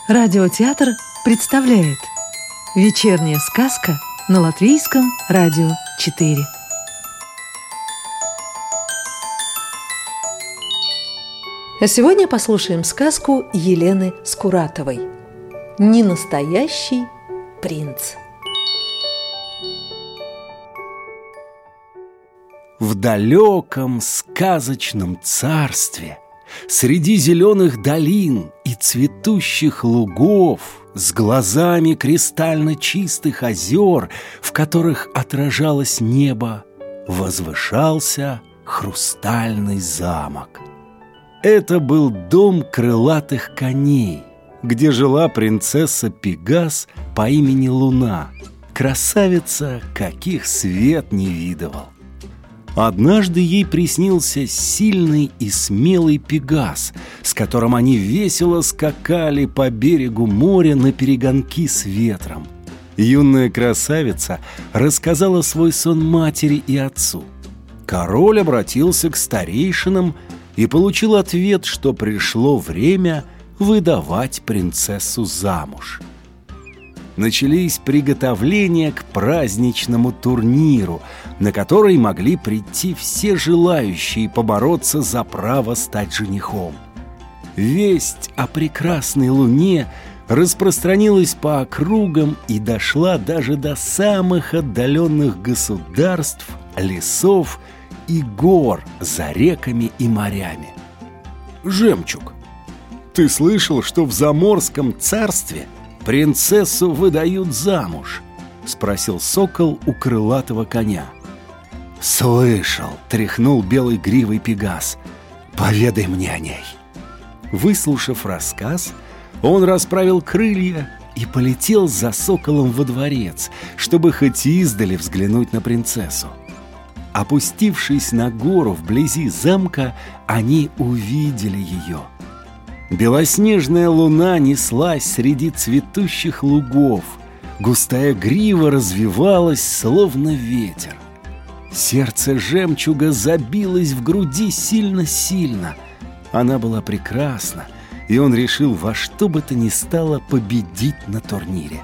Радиотеатр представляет «Вечерняя сказка» на Латвийском радио 4. А сегодня послушаем сказку Елены Скуратовой «Ненастоящий принц». В далеком сказочном царстве, среди зеленых долин и цветущих лугов, с глазами кристально чистых озер, в которых отражалось небо, возвышался хрустальный замок. Это был дом крылатых коней, где жила принцесса Пегас по имени Луна, красавица, каких свет не видывал. Однажды ей приснился сильный и смелый Пегас, с которым они весело скакали по берегу моря наперегонки с ветром. Юная красавица рассказала свой сон матери и отцу. Король обратился к старейшинам и получил ответ, что пришло время выдавать принцессу замуж. Начались приготовления к праздничному турниру, на который могли прийти все желающие побороться за право стать женихом. Весть о прекрасной Луне распространилась по округам и дошла даже до самых отдаленных государств, лесов и гор за реками и морями. «Жемчуг, ты слышал, что в Заморском царстве принцессу выдают замуж?» — спросил сокол у крылатого коня. «Слышал», — тряхнул белой гривой Пегас. «Поведай мне о ней». Выслушав рассказ, он расправил крылья и полетел за соколом во дворец, чтобы хоть издали взглянуть на принцессу. Опустившись на гору вблизи замка, они увидели ее. Белоснежная луна неслась среди цветущих лугов, густая грива развивалась, словно ветер. Сердце жемчуга забилось в груди сильно-сильно. Она была прекрасна, и он решил во что бы то ни стало победить на турнире.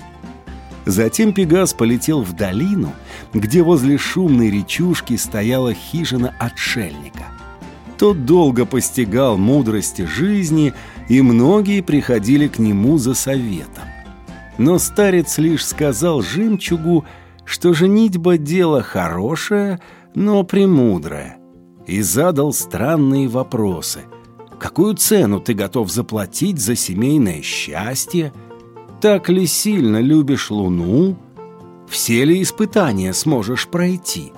Затем Пегас полетел в долину, где возле шумной речушки стояла хижина отшельника. Тот долго постигал мудрости жизни, и многие приходили к нему за советом. Но старец лишь сказал жемчугу, что женитьба – дело хорошее, но премудрое, и задал странные вопросы. Какую цену ты готов заплатить за семейное счастье? Так ли сильно любишь Луну? Все ли испытания сможешь пройти?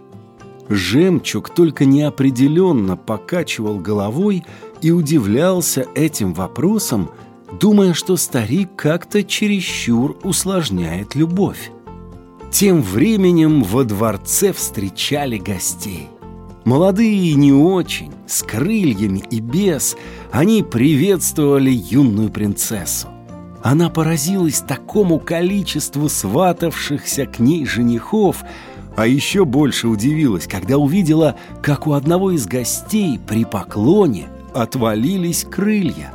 Жемчуг только неопределенно покачивал головой и удивлялся этим вопросам, думая, что старик как-то чересчур усложняет любовь. Тем временем во дворце встречали гостей. Молодые и не очень, с крыльями и без, они приветствовали юную принцессу. Она поразилась такому количеству сватавшихся к ней женихов, а еще больше удивилась, когда увидела, как у одного из гостей при поклоне отвалились крылья.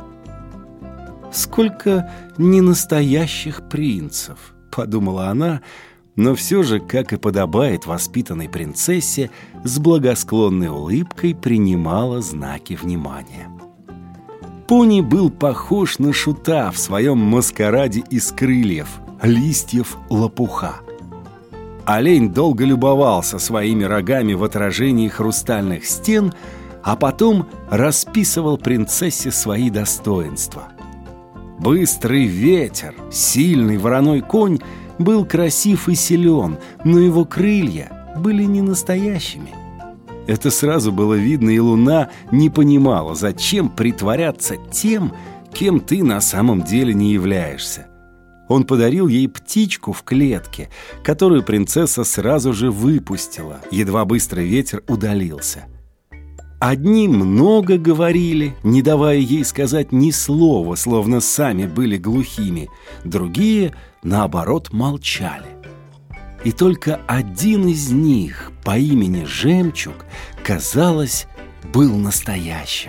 «Сколько ненастоящих принцев!» — подумала она, но все же, как и подобает воспитанной принцессе, с благосклонной улыбкой принимала знаки внимания. Пони был похож на шута в своем маскараде из крыльев, листьев лопуха. Олень долго любовался своими рогами в отражении хрустальных стен, а потом расписывал принцессе свои достоинства. Быстрый ветер, сильный вороной конь был красив и силен, но его крылья были не настоящими. Это сразу было видно, и Луна не понимала, зачем притворяться тем, кем ты на самом деле не являешься. Он подарил ей птичку в клетке, которую принцесса сразу же выпустила, едва быстрый ветер удалился. Одни много говорили, не давая ей сказать ни слова, словно сами были глухими, другие, наоборот, молчали. И только один из них по имени Жемчуг, казалось, был настоящим.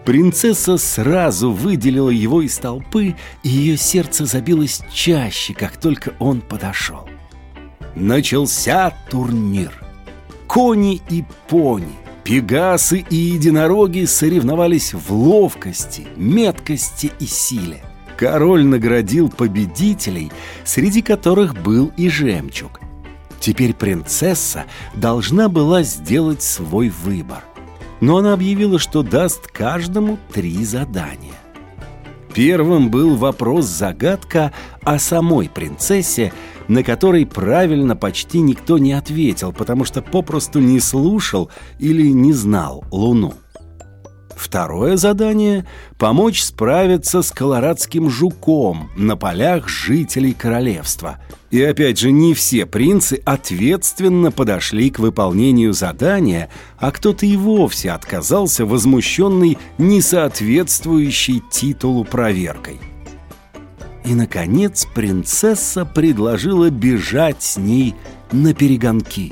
Принцесса сразу выделила его из толпы, и ее сердце забилось чаще, как только он подошел. Начался турнир. Кони и пони, пегасы и единороги соревновались в ловкости, меткости и силе. Король наградил победителей, среди которых был и жемчуг. Теперь принцесса должна была сделать свой выбор. Но она объявила, что даст каждому 3 задания. Первым был вопрос-загадка о самой принцессе, на который правильно почти никто не ответил, потому что попросту не слушал или не знал Луну. Второе задание – помочь справиться с колорадским жуком на полях жителей королевства. И опять же, не все принцы ответственно подошли к выполнению задания, а кто-то и вовсе отказался, возмущенный несоответствующей титулу проверкой. И, наконец, принцесса предложила бежать с ней на перегонки.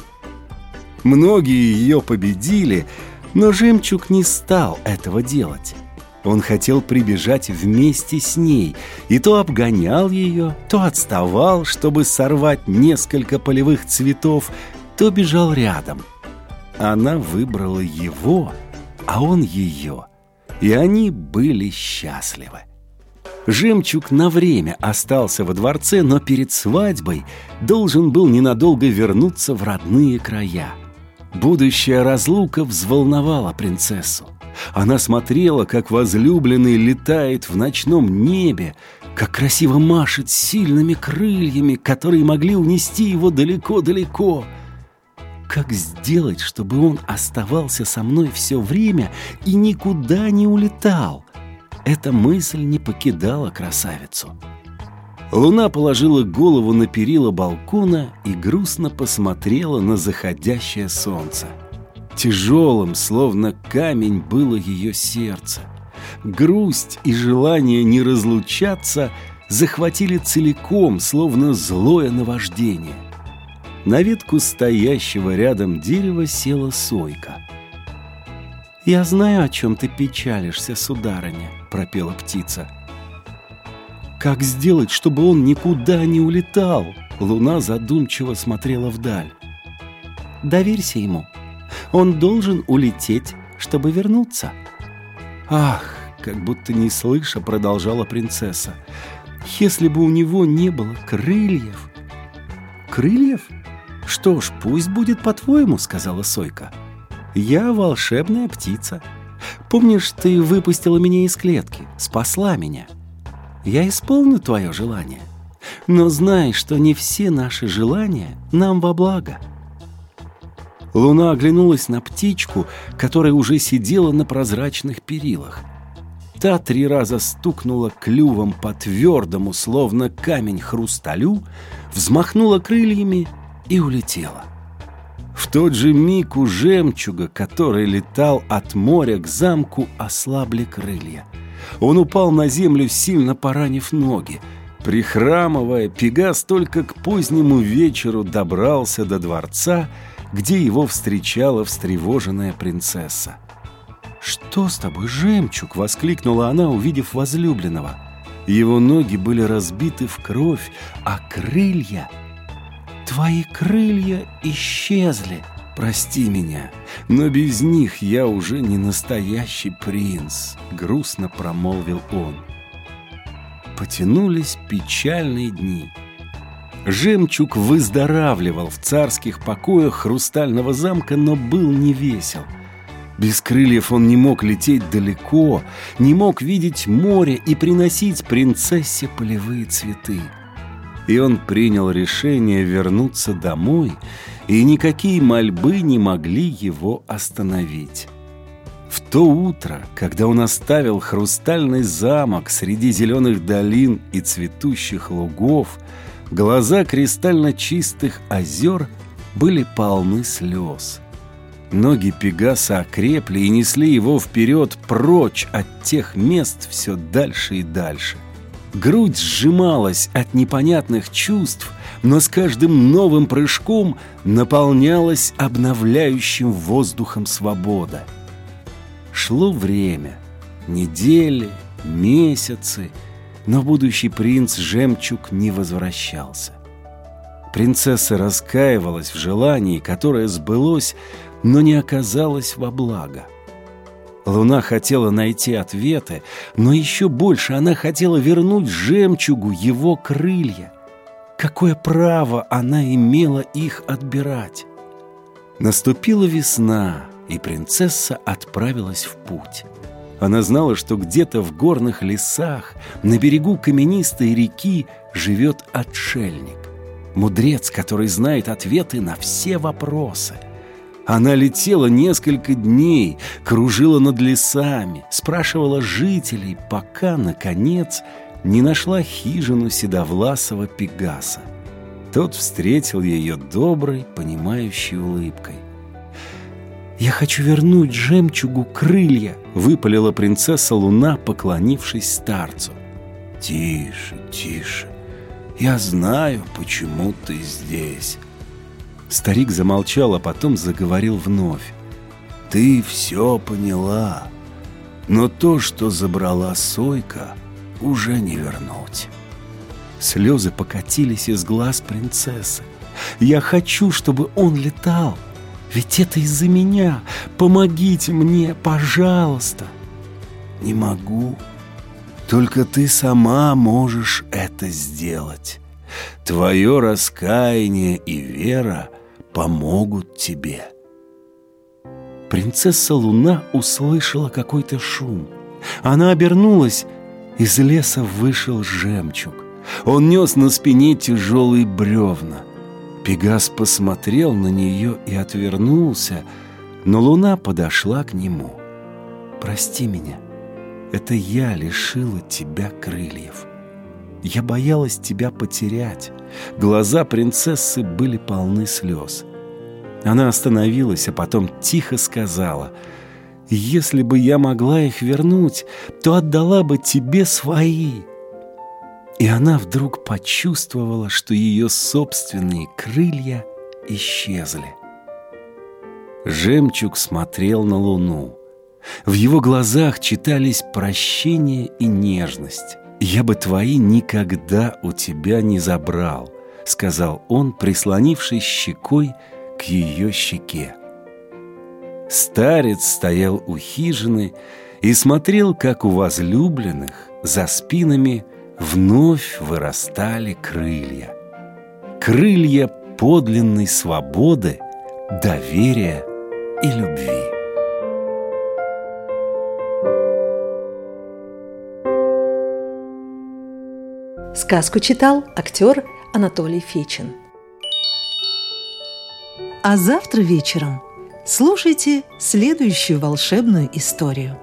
Многие ее победили, но жемчуг не стал этого делать. Он хотел прибежать вместе с ней, и то обгонял ее, то отставал, чтобы сорвать несколько полевых цветов, то бежал рядом. Она выбрала его, а он ее, и они были счастливы. Жемчуг на время остался во дворце, но перед свадьбой должен был ненадолго вернуться в родные края. Будущая разлука взволновала принцессу. Она смотрела, как возлюбленный летает в ночном небе, как красиво машет сильными крыльями, которые могли унести его далеко-далеко. Как сделать, чтобы он оставался со мной все время и никуда не улетал? Эта мысль не покидала красавицу. Луна положила голову на перила балкона и грустно посмотрела на заходящее солнце. Тяжелым, словно камень, было ее сердце. Грусть и желание не разлучаться захватили целиком, словно злое наваждение. На ветку стоящего рядом дерева села сойка. «Я знаю, о чем ты печалишься, сударыня», — пропела птица. «Как сделать, чтобы он никуда не улетал?» Луна задумчиво смотрела вдаль. «Доверься ему. Он должен улететь, чтобы вернуться». «Ах!» — как будто не слыша, продолжала принцесса. «Если бы у него не было крыльев...» «Крыльев? Что ж, пусть будет по-твоему», — сказала сойка. «Я волшебная птица. Помнишь, ты выпустила меня из клетки, спасла меня? Я исполню твое желание. Но знай, что не все наши желания нам во благо». Луна оглянулась на птичку, которая уже сидела на прозрачных перилах. Та 3 раза стукнула клювом по твердому, словно камень, хрусталю, взмахнула крыльями и улетела. В тот же миг у жемчуга, который летал от моря к замку, ослабли крылья. Он упал на землю, сильно поранив ноги. Прихрамывая, Пегас только к позднему вечеру добрался до дворца, где его встречала встревоженная принцесса. «Что с тобой, жемчуг?» — воскликнула она, увидев возлюбленного. Его ноги были разбиты в кровь, а крылья... «Твои крылья исчезли. Прости меня, но без них я уже не настоящий принц», — грустно промолвил он. Потянулись печальные дни. Жемчуг выздоравливал в царских покоях хрустального замка, но был невесел. Без крыльев он не мог лететь далеко, не мог видеть море и приносить принцессе полевые цветы. И он принял решение вернуться домой, и никакие мольбы не могли его остановить. В то утро, когда он оставил хрустальный замок среди зеленых долин и цветущих лугов, глаза кристально чистых озер были полны слез. Ноги Пегаса окрепли и несли его вперед, прочь от тех мест все дальше и дальше. Грудь сжималась от непонятных чувств, но с каждым новым прыжком наполнялась обновляющим воздухом свобода. Шло время. недели, месяцы, но будущий принц Жемчуг не возвращался. Принцесса раскаивалась в желании, которое сбылось, но не оказалось во благо. Луна хотела найти ответы, но еще больше она хотела вернуть Жемчугу его крылья. Какое право она имела их отбирать? Наступила весна, и принцесса отправилась в путь. Она знала, что где-то в горных лесах, на берегу каменистой реки, живет отшельник. Мудрец, который знает ответы на все вопросы. Она летела несколько дней, кружила над лесами, спрашивала жителей, пока, наконец, не нашла хижину седовласого Пегаса. Тот встретил ее доброй, понимающей улыбкой. «Я хочу вернуть Жемчугу крылья», — выпалила принцесса Луна, поклонившись старцу. «Тише, тише. Я знаю, почему ты здесь». Старик замолчал, а потом заговорил вновь. «Ты все поняла, но то, что забрала Сойка, уже не вернуть». Слезы покатились из глаз принцессы. «Я хочу, чтобы он летал, ведь это из-за меня. Помогите мне, пожалуйста». «Не могу. Только ты сама можешь это сделать. Твое раскаяние и вера помогут тебе». Принцесса Луна услышала какой-то шум. Она обернулась. Из леса вышел Жемчуг. Он нес на спине тяжелые бревна. Пегас посмотрел на нее и отвернулся, но Луна подошла к нему. «Прости меня, это я лишила тебя крыльев. Я боялась тебя потерять». Глаза принцессы были полны слез. Она остановилась, а потом тихо сказала: «Если бы я могла их вернуть, то отдала бы тебе свои». И она вдруг почувствовала, что ее собственные крылья исчезли. Жемчуг смотрел на Луну. В его глазах читались прощение и нежность. «Я бы твои никогда у тебя не забрал», — сказал он, прислонившись щекой к ее щеке. Старец стоял у хижины и смотрел, как у возлюбленных за спинами вновь вырастали крылья. Крылья подлинной свободы, доверия и любви. Сказку читал актер Анатолий Фечин. А завтра вечером слушайте следующую волшебную историю.